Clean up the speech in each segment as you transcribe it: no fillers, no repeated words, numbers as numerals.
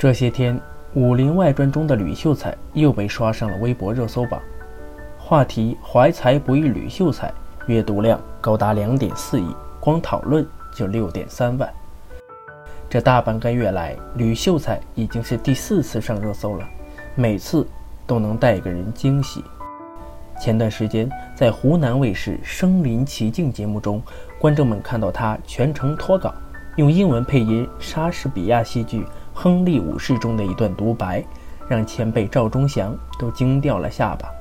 这些天，《武林外传》中的吕秀才又被刷上了微博热搜榜，话题“怀才不遇吕秀才”阅读量高达2.4亿，光讨论就6.3万。这大半个月来，吕秀才已经是第4次上热搜了，每次都能带给人惊喜。前段时间，在湖南卫视《身临其境》节目中，观众们看到他全程脱稿，用英文配音莎士比亚戏剧《亨利五世》中的一段独白，让前辈赵忠祥都惊掉了下巴。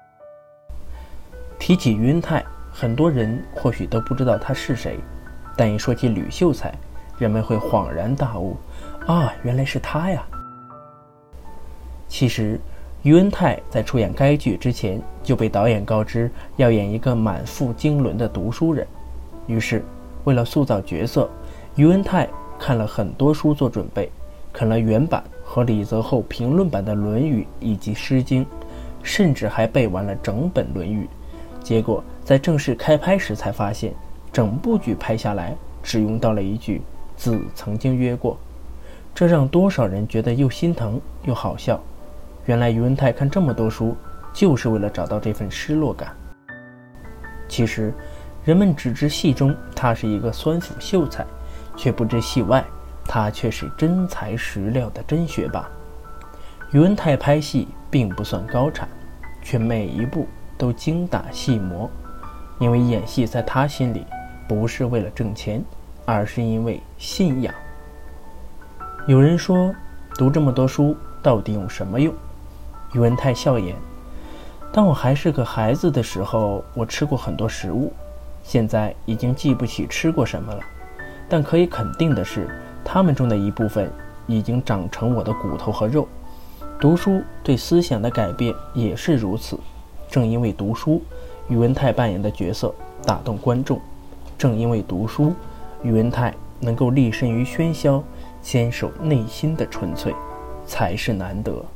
提起于恩泰，很多人或许都不知道他是谁，但一说起吕秀才，人们会恍然大悟，原来是他呀。其实于恩泰在出演该剧之前就被导演告知要演一个满腹经纶的读书人，于是为了塑造角色，于恩泰看了很多书做准备，啃了原版和李泽厚评论版的《论语》以及《诗经》，甚至还背完了整本《论语》。结果在正式开拍时才发现，整部剧拍下来只用到了一句“子曾经约过”，这让多少人觉得又心疼又好笑。原来于恩泰看这么多书，就是为了找到这份失落感。其实人们只知戏中他是一个酸腐秀才，却不知戏外他却是真材实料的真学霸。于恩泰拍戏并不算高产，却每一部都精打细磨，因为演戏在他心里不是为了挣钱，而是因为信仰。有人说，读这么多书到底有什么用？于恩泰笑言，当我还是个孩子的时候，我吃过很多食物，现在已经记不起吃过什么了，但可以肯定的是，他们中的一部分已经长成我的骨头和肉。读书对思想的改变也是如此，正因为读书，于恩泰扮演的角色打动观众，正因为读书，于恩泰能够立身于喧嚣，坚守内心的纯粹，才是难得。